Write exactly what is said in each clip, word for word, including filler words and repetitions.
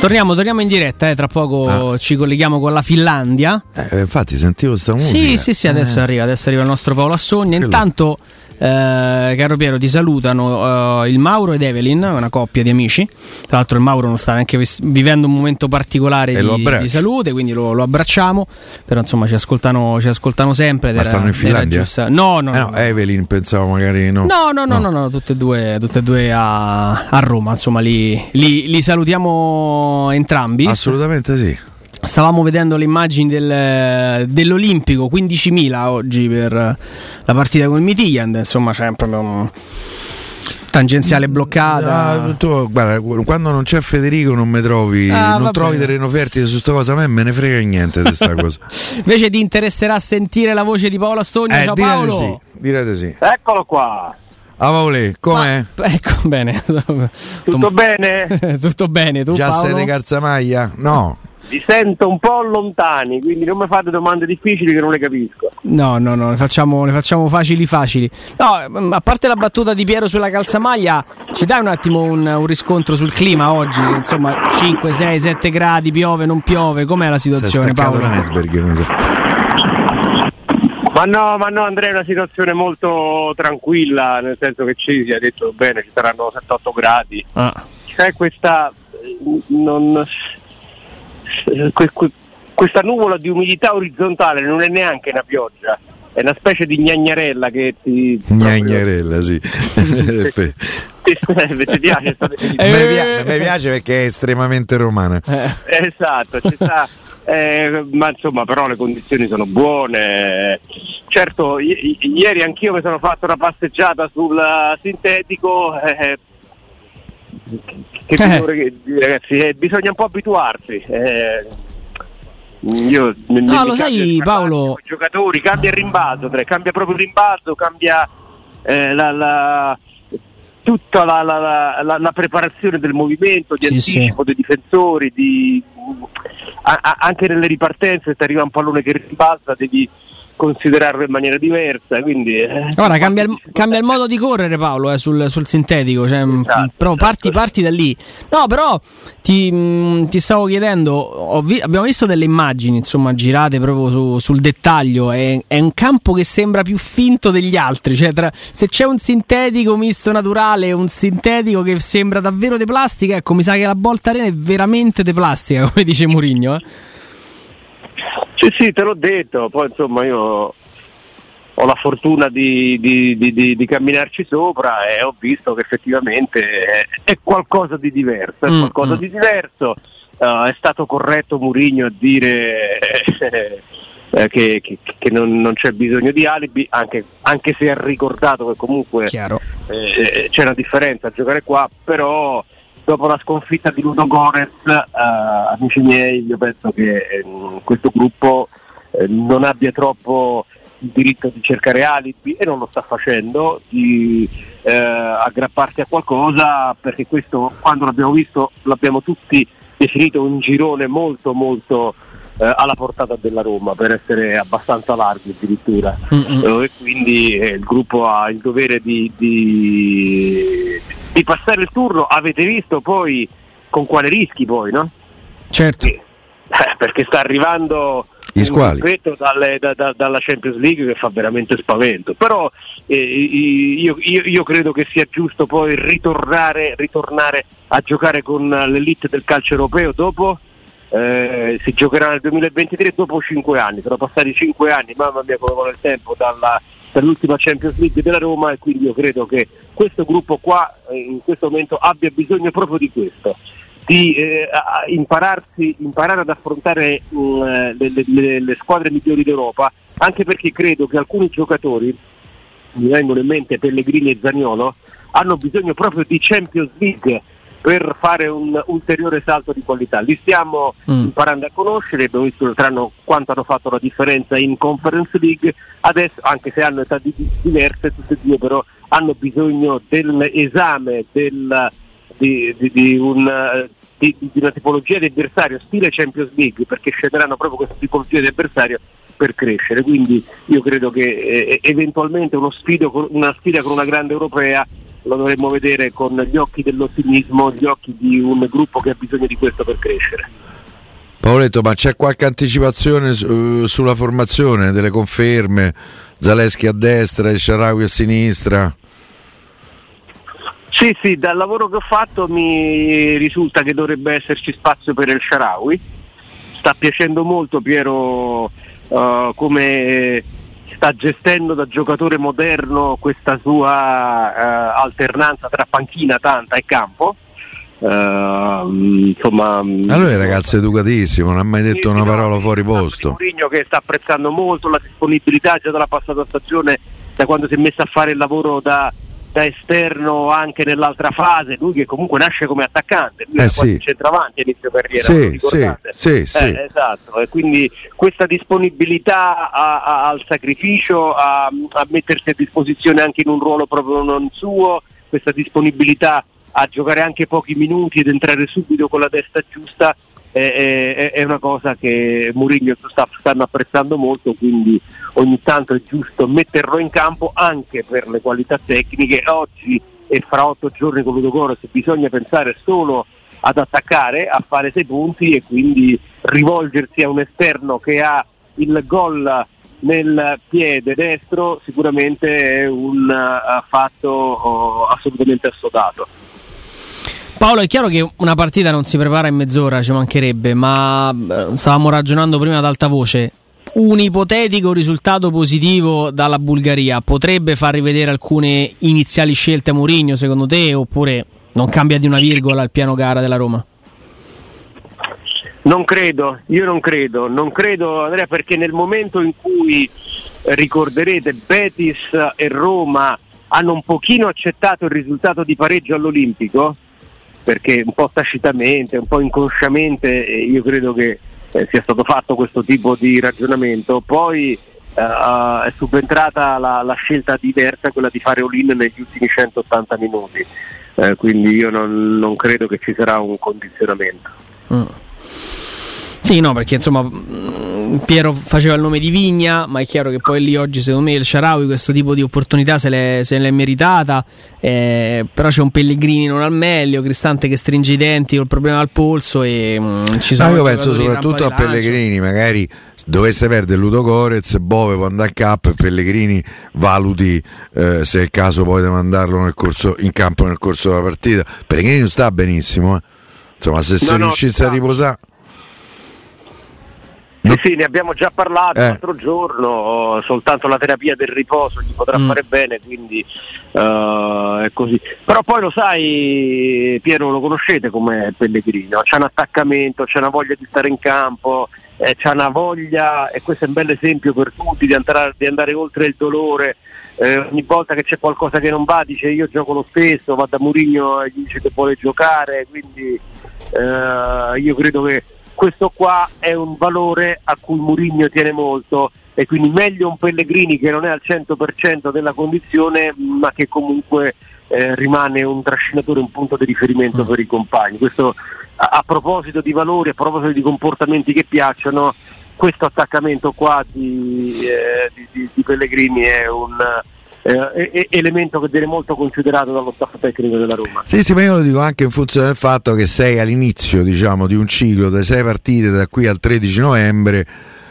Torniamo, torniamo in diretta, eh, tra poco ah. ci colleghiamo con la Finlandia. Eh, infatti sentivo sta musica. Sì, sì, sì, adesso eh. arriva, adesso arriva il nostro Paolo Assogna. Intanto, eh, caro Piero, ti salutano uh, il Mauro ed Evelyn, una coppia di amici. Tra l'altro il Mauro non sta neanche vivendo un momento particolare di, di salute, quindi lo, lo abbracciamo. Però insomma ci ascoltano, ci ascoltano sempre. Ma era, stanno in Finlandia? No, no, eh no, no. Evelyn pensavo magari no. No, no, no, no, no, no tutte e due, tutte e due a, a Roma. Insomma, li, li, li salutiamo entrambi. Assolutamente sì. Stavamo vedendo le immagini del, dell'Olimpico, quindicimila oggi per la partita con il Midtjylland, insomma c'è proprio un tangenziale bloccata. Ah, tu, guarda, quando non c'è Federico non mi trovi, ah, non trovi terreno fertile su sta cosa, a me me ne frega niente di questa cosa. Invece ti interesserà sentire la voce di Paolo Assogna. Eh, Ciao direte Paolo. Sì, direte sì. Eccolo qua. Ah, Paolè, com'è? Ma, ecco, bene. Tutto bene? Tutto bene, tu Già Paolo? sei di Calzamaglia? No. Vi sento un po' lontani, quindi non mi fate domande difficili che non le capisco. No, no, no, le facciamo, le facciamo facili facili. No, a parte la battuta di Piero sulla calzamaglia, ci dai un attimo un, un riscontro sul clima oggi? Insomma, cinque, sei, sette gradi, piove, non piove, com'è la situazione, Paolo? Ma no, ma no Andrea, è una situazione molto tranquilla, nel senso che ci si è detto bene, ci saranno sette otto gradi. Ah. C'è questa... non... questa nuvola di umidità orizzontale, non è neanche una pioggia, è una specie di gnagnarella che ti gnagnarella sì ti piace? Eh, mi piace perché è estremamente romana. Eh. Esatto, ci sta, eh, ma insomma però le condizioni sono buone. Certo, i- i- ieri anch'io mi sono fatto una passeggiata sul sintetico, eh, che eh. ragazzi, eh, bisogna un po' abituarsi. Eh, io no, mi lo sai Paolo, i giocatori cambia il rimbalzo, cambia proprio il rimbalzo, cambia eh, la, la, tutta la, la, la, la preparazione del movimento, di sì, anticipo sì. dei difensori, di, a, a, anche nelle ripartenze, se ti arriva un pallone che rimbalza devi considerarlo in maniera diversa, quindi eh, ora cambia il, cambia il modo di correre Paolo eh, sul, sul sintetico, cioè, esatto, però parti, esatto. parti da lì. No, però ti, mh, ti stavo chiedendo, ho vi, abbiamo visto delle immagini insomma girate proprio su, sul dettaglio, è, è un campo che sembra più finto degli altri, cioè tra, se c'è un sintetico misto naturale e un sintetico che sembra davvero di plastica, ecco, mi sa che la Bolta Arena è veramente di plastica, come dice Mourinho, eh. Sì, sì, te l'ho detto, poi insomma io ho la fortuna di, di, di, di, di camminarci sopra e ho visto che effettivamente è, è qualcosa di diverso, è mm, qualcosa mm. di diverso. Uh, è stato corretto Mourinho a dire eh, che, che, che non, non c'è bisogno di alibi, anche, anche se ha ricordato che comunque eh, c'è una differenza a giocare qua, però dopo la sconfitta di Ludogorets, eh, amici miei, io penso che eh, questo gruppo eh, non abbia troppo il diritto di cercare alibi, e non lo sta facendo, di eh, aggrapparsi a qualcosa, perché questo, quando l'abbiamo visto, l'abbiamo tutti definito un girone molto molto eh, alla portata della Roma, per essere abbastanza larghi addirittura, eh, e quindi eh, il gruppo ha il dovere di, di di passare il turno. Avete visto poi con quale rischi poi, no? Certo. Eh, perché sta arrivando Gli un ripeto dalle, da, da, dalla Champions League che fa veramente spavento, però eh, io, io, io credo che sia giusto poi ritornare, ritornare a giocare con l'elite del calcio europeo dopo. Eh, si giocherà nel duemilaventitré, dopo cinque anni, sono passati cinque anni, mamma mia come vuole il tempo dalla dall'ultima Champions League della Roma, e quindi io credo che questo gruppo qua eh, in questo momento abbia bisogno proprio di questo, di eh, impararsi, imparare ad affrontare mh, le, le, le squadre migliori d'Europa, anche perché credo che alcuni giocatori, mi vengono in mente Pellegrini e Zaniolo, hanno bisogno proprio di Champions League per fare un ulteriore salto di qualità. Li stiamo mm. imparando a conoscere, abbiamo visto l'altro anno quanto hanno fatto la differenza in Conference League, adesso anche se hanno età di, diverse tutte e due, però hanno bisogno dell'esame del, di, di, di, un, di, di una tipologia di avversario stile Champions League, perché scenderanno proprio questa tipologia di avversario per crescere. Quindi io credo che eh, eventualmente uno sfido con, una sfida con una grande europea lo dovremmo vedere con gli occhi dell'ottimismo, gli occhi di un gruppo che ha bisogno di questo per crescere. Paoletto, ma c'è qualche anticipazione su, sulla formazione, delle conferme? Zaleschi a destra, El Shaarawy a sinistra? Sì, sì, dal lavoro che ho fatto mi risulta che dovrebbe esserci spazio per El Shaarawy. Sta piacendo molto Piero uh, come sta gestendo da giocatore moderno questa sua uh, alternanza tra panchina, tanta e campo. Uh, insomma, allora il ragazzo è educatissimo, non ha mai detto una parola fuori posto. Mourinho che sta apprezzando molto la disponibilità già dalla passata stagione, da quando si è messo a fare il lavoro da, da esterno anche nell'altra fase, lui che comunque nasce come attaccante, lui eh era sì. quasi centravanti a inizio carriera, sì, lo ricordate? Sì, sì, eh, esatto, e quindi questa disponibilità a, a, al sacrificio, a, a mettersi a disposizione anche in un ruolo proprio non suo, questa disponibilità a giocare anche pochi minuti ed entrare subito con la testa giusta è, è, è una cosa che Mourinho sta, stanno apprezzando molto, quindi ogni tanto è giusto metterlo in campo anche per le qualità tecniche. Oggi e fra otto giorni con Ludogorets bisogna pensare solo ad attaccare, a fare sei punti e quindi rivolgersi a un esterno che ha il gol nel piede destro sicuramente è un uh, fatto oh, assolutamente assodato. Paolo, è chiaro che una partita non si prepara in mezz'ora, ci mancherebbe, ma stavamo ragionando prima ad alta voce. Un ipotetico risultato positivo dalla Bulgaria potrebbe far rivedere alcune iniziali scelte a Mourinho, secondo te, oppure non cambia di una virgola il piano gara della Roma? Non credo, io non credo, non credo Andrea, perché nel momento in cui eh, ricorderete Betis e Roma hanno un pochino accettato il risultato di pareggio all'Olimpico, perché un po' tacitamente, un po' inconsciamente eh, io credo che eh, sia stato fatto questo tipo di ragionamento, poi eh, è subentrata la, la scelta diversa, quella di fare all-in negli ultimi centottanta minuti, eh, quindi io non, non credo che ci sarà un condizionamento. Mm. Sì, no, perché insomma Piero faceva il nome di Vigna, ma è chiaro che poi lì oggi secondo me El Shaarawy questo tipo di opportunità se l'è, se l'è meritata, eh, però c'è un Pellegrini non al meglio, Cristante che stringe i denti col problema al polso e mh, ci sono. No, io penso soprattutto a Pellegrini, magari dovesse perdere Ludogorets, Bove può andare a campo e Pellegrini valuti eh, se è il caso poi di mandarlo nel corso, in campo nel corso della partita. Pellegrini non sta benissimo, eh. Insomma, se no, si no, riuscisse a riposare. Sì, sì, ne abbiamo già parlato eh. l'altro giorno, soltanto la terapia del riposo gli potrà mm. fare bene, quindi uh, è così. Però poi lo sai, Piero, lo conoscete come Pellegrino, c'è un attaccamento, c'è una voglia di stare in campo, eh, c'è una voglia, e questo è un bel esempio per tutti, di andare, di andare oltre il dolore. Eh, ogni volta che c'è qualcosa che non va dice io gioco lo stesso, va da Mourinho e gli dice che vuole giocare, quindi uh, io credo che questo qua è un valore a cui Mourinho tiene molto, e quindi meglio un Pellegrini che non è al cento per cento della condizione, ma che comunque eh, rimane un trascinatore, un punto di riferimento mm. per i compagni. Questo a, a proposito di valori, a proposito di comportamenti che piacciono, questo attaccamento qua di, eh, di, di, di Pellegrini è un Eh, elemento che viene molto considerato dallo staff tecnico della Roma. Sì, sì, ma io lo dico anche in funzione del fatto che sei all'inizio, diciamo, di un ciclo di sei partite da qui al tredici novembre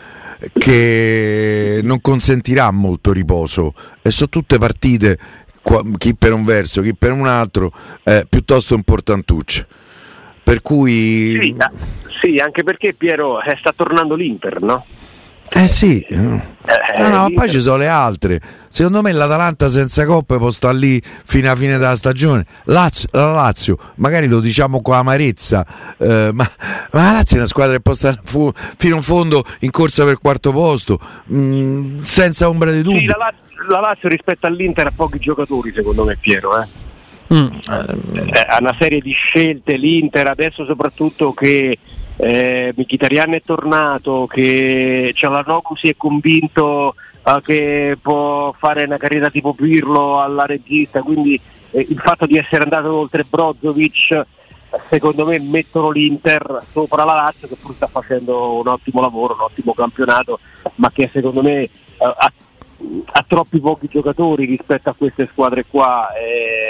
che non consentirà molto riposo, e sono tutte partite, chi per un verso, chi per un altro, eh, piuttosto importantucce. Per cui sì, sì, anche perché Piero eh, sta tornando l'Inter, no? Eh sì, eh, no, no, poi ci sono le altre. Secondo me l'Atalanta senza coppe può stare lì fino alla fine della stagione. Lazio, la Lazio, magari lo diciamo con amarezza, eh, ma, ma la Lazio è una squadra che può stare fu- fino in fondo in corsa per il quarto posto, mh, senza ombra di dubbio. Sì, la, Lazio, la Lazio rispetto all'Inter ha pochi giocatori, secondo me, Piero. Eh. Mm. Eh, ha una serie di scelte l'Inter adesso, soprattutto che Eh, Mkhitaryan è tornato, che Çalhanoğlu si è convinto uh, che può fare una carriera tipo Pirlo alla regista, quindi eh, il fatto di essere andato oltre Brozovic secondo me mettono l'Inter sopra la Lazio, che pur sta facendo un ottimo lavoro, un ottimo campionato, ma che secondo me uh, ha, ha troppi pochi giocatori rispetto a queste squadre qua, eh,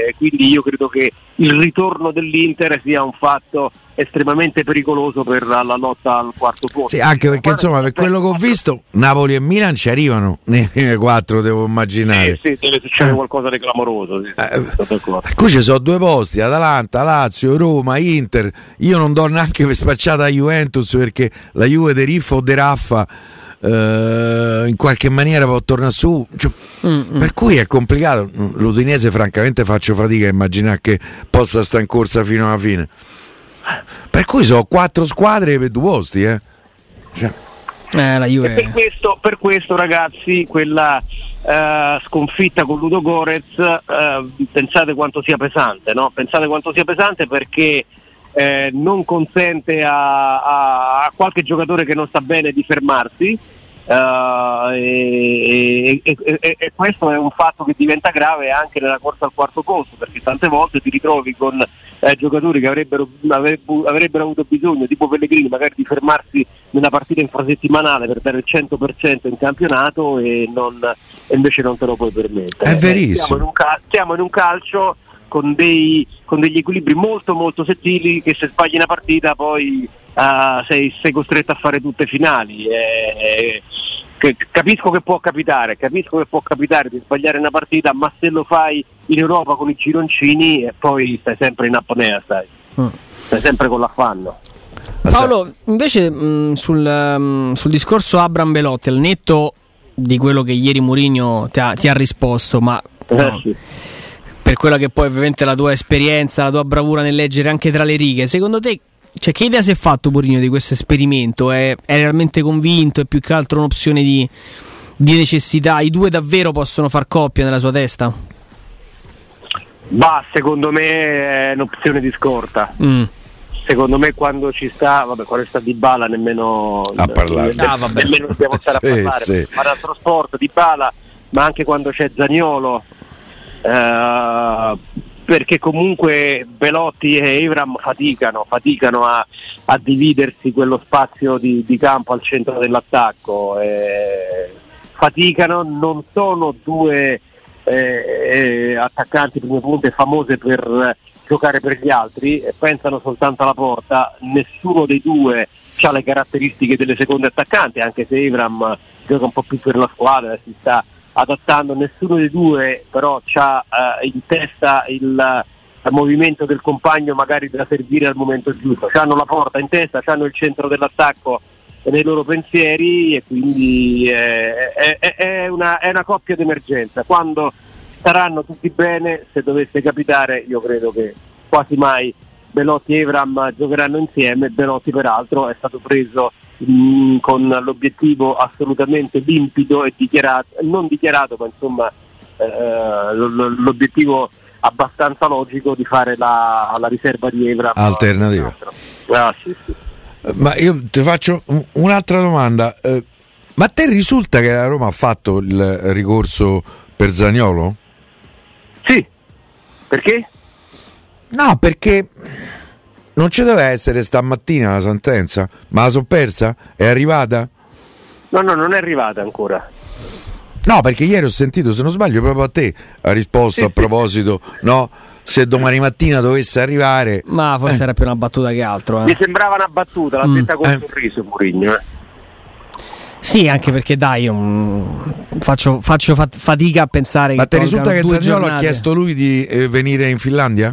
e quindi io credo che il ritorno dell'Inter sia un fatto estremamente pericoloso per la, la lotta al quarto posto. Sì, anche perché insomma per quello che ho visto Napoli e Milan ci arrivano nei primi quattro, devo immaginare. Sì, sì, deve succedere qualcosa di clamoroso. Sì, eh, qui ci sono due posti, Atalanta, Lazio, Roma, Inter. Io non do neanche per spacciata a Juventus, perché la Juve de Riffo o de Raffa Uh, in qualche maniera può tornare su, cioè, mm-hmm. per cui è complicato. L'Udinese francamente faccio fatica a immaginare che possa stare in corsa fino alla fine, per cui sono quattro squadre per due posti eh. Cioè. Eh, la Juve... per, questo, per questo ragazzi quella uh, sconfitta con Ludogorets uh, pensate quanto sia pesante, no? Pensate quanto sia pesante perché Eh, non consente a, a, a qualche giocatore che non sta bene di fermarsi, uh, e, e, e, e questo è un fatto che diventa grave anche nella corsa al quarto posto, perché tante volte ti ritrovi con eh, giocatori che avrebbero, avrebbero, avrebbero avuto bisogno, tipo Pellegrini, magari di fermarsi nella partita infrasettimanale per dare il cento per cento in campionato e, non, e invece non te lo puoi permettere. È verissimo. Siamo in un, cal- siamo in un calcio con dei con degli equilibri molto molto sottili che se sbagli una partita poi uh, sei, sei costretto a fare tutte finali. Eh, che, capisco che può capitare, capisco che può capitare di sbagliare una partita, ma se lo fai in Europa con i gironcini e poi stai sempre in apnea, stai, mm. stai sempre con l'affanno. Paolo, invece mh, sul, um, sul discorso Abraham Belotti, al netto di quello che ieri Mourinho ti ha, ti ha risposto, ma eh, no, sì. per quella che poi ovviamente la tua esperienza, la tua bravura nel leggere anche tra le righe, secondo te, cioè, che idea si è fatto Mourinho di questo esperimento? È, è realmente convinto? È più che altro un'opzione di, di necessità? I due davvero possono far coppia nella sua testa? Bah, secondo me è un'opzione di scorta. Mm. Secondo me quando ci sta, vabbè, quando sta Dybala nemmeno a parlare, nemmeno, ah, nemmeno dobbiamo stare sì, a parlare, sì. Ma l'altro sport Dybala, ma anche quando c'è Zaniolo. Uh, perché comunque Belotti e Evram faticano faticano a, a dividersi quello spazio di, di campo al centro dell'attacco, eh, faticano, non sono due eh, eh, attaccanti prime punte famose per giocare per gli altri, eh, pensano soltanto alla porta, nessuno dei due ha le caratteristiche delle seconde attaccanti, anche se Evram gioca un po' più per la squadra, si sta adattando, nessuno dei due però ha uh, in testa il, uh, il movimento del compagno magari da servire al momento giusto, hanno la porta in testa, hanno il centro dell'attacco nei loro pensieri e quindi eh, è, è, è, una, è una coppia d'emergenza. Quando staranno tutti bene, se dovesse capitare, io credo che quasi mai Belotti e Evram giocheranno insieme. Belotti peraltro è stato preso mh, con l'obiettivo assolutamente limpido e dichiarato, non dichiarato, ma insomma eh, l- l'obiettivo abbastanza logico di fare la, la riserva di Evram alternativa. Ah, sì, sì. Ma io ti faccio un'altra domanda, eh, ma a te risulta che la Roma ha fatto il ricorso per Zaniolo? Sì, perché? No, perché non ci deve essere stamattina la sentenza, ma la so persa? È arrivata? No, no, non è arrivata ancora. No, perché ieri ho sentito, se non sbaglio, proprio a te ha risposto sì, a proposito, sì. No? Se domani mattina dovesse arrivare. Ma forse eh. era più una battuta che altro. Eh. Mi sembrava una battuta, l'ha mm. detta con un sorriso Mourinho. Eh. Sì, anche perché dai, io faccio, faccio fat- fatica a pensare. Ma che ti risulta che Zaniolo giornate... ha chiesto lui di eh, venire in Finlandia?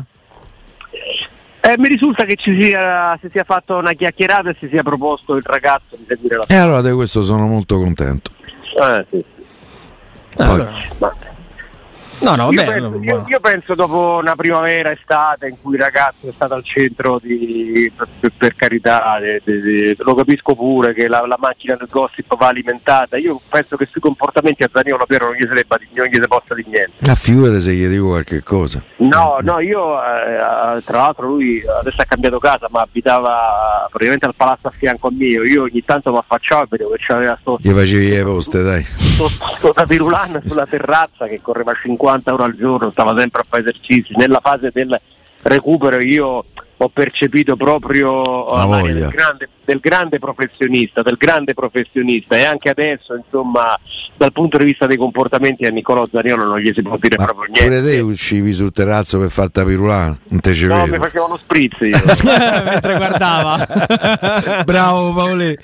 Eh, mi risulta che ci sia, si sia fatto una chiacchierata e si sia proposto il ragazzo di seguire la E eh, allora di questo sono molto contento. Eh, sì, sì. Poi, allora. Ma... No, no, io, vabbè, penso, io, io penso dopo una primavera estate in cui il ragazzo è stato al centro di, per, per carità, de, de, de, lo capisco pure che la, la macchina del gossip va alimentata, io penso che sui comportamenti a Zaniolo Piero non gli se non gli se possa di niente. Ma figurate se gli dico qualche cosa. No, no, io eh, tra l'altro lui adesso ha cambiato casa, ma abitava praticamente al palazzo a fianco a mio, io ogni tanto mi affacciavo e vedevo che c'aveva sto gli facevi le poste, dai, sto, sto tapirulan sulla terrazza che correva cinquanta euro al giorno, stava sempre a fare esercizi. Nella fase del recupero io ho percepito proprio la voglia del grande, del grande professionista, del grande professionista, e anche adesso, insomma, dal punto di vista dei comportamenti a Niccolò Zaniolo non gli si può dire ma proprio niente. Pure te uscivi sul terrazzo per far tapirulare? Non te ci no, vedo. mi facevo lo spritz io. Mentre guardava. Bravo Paolè.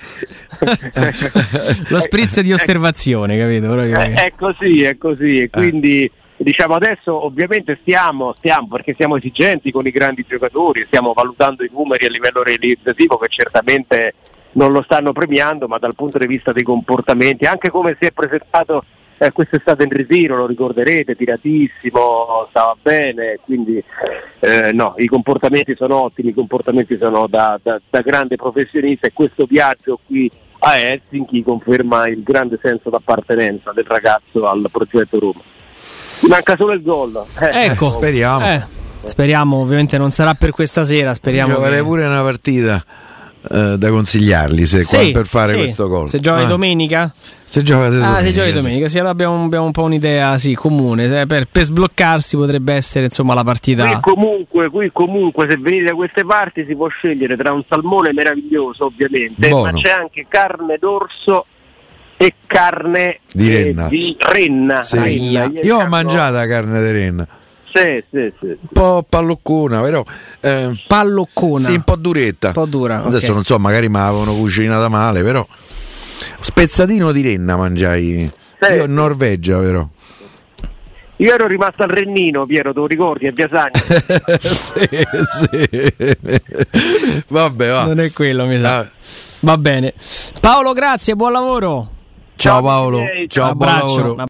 Lo spritz di osservazione, capito? È, è così, è così, e quindi diciamo adesso ovviamente stiamo, stiamo perché siamo esigenti con i grandi giocatori, stiamo valutando i numeri a livello realizzativo che certamente non lo stanno premiando, ma dal punto di vista dei comportamenti, anche come si è presentato eh, quest'estate in ritiro, lo ricorderete, tiratissimo, stava bene, quindi eh, no, i comportamenti sono ottimi, i comportamenti sono da, da, da grande professionista, e questo viaggio qui a Helsinki conferma il grande senso d'appartenenza del ragazzo al progetto Roma. Manca solo il gol. Eh, ecco, speriamo. Eh, speriamo, ovviamente non sarà per questa sera. Speriamo. Giocare che... pure una partita eh, da consigliargli se sì, per fare sì. questo gol. Se gioca ah. domenica? Se gioca domenica. Ah, se gioca domenica, sì, abbiamo, abbiamo un po' un'idea sì, comune. Per, per sbloccarsi potrebbe essere insomma la partita. Qui comunque, qui comunque se venite da queste parti si può scegliere tra un salmone meraviglioso, ovviamente, buono, ma c'è anche carne d'orso e carne di renna. Eh, di renna. Sì. renna. Io ho mangiato la carne di renna. Sì, sì, sì. Un po' palloccona, però eh, palloccona. Sì, un po' duretta. Un po' dura. Adesso okay. non so, magari mi avevano cucinata male, però spezzatino di renna mangiai. Sì. Io in Norvegia, però. Io ero rimasto al Rennino, Piero, te lo ricordi? A Via Sagna. sì, sì. Vabbè, va. Non è quello, mi sa. Ah. Va bene. Paolo, grazie, buon lavoro. Ciao Paolo, ciao, buon lavoro.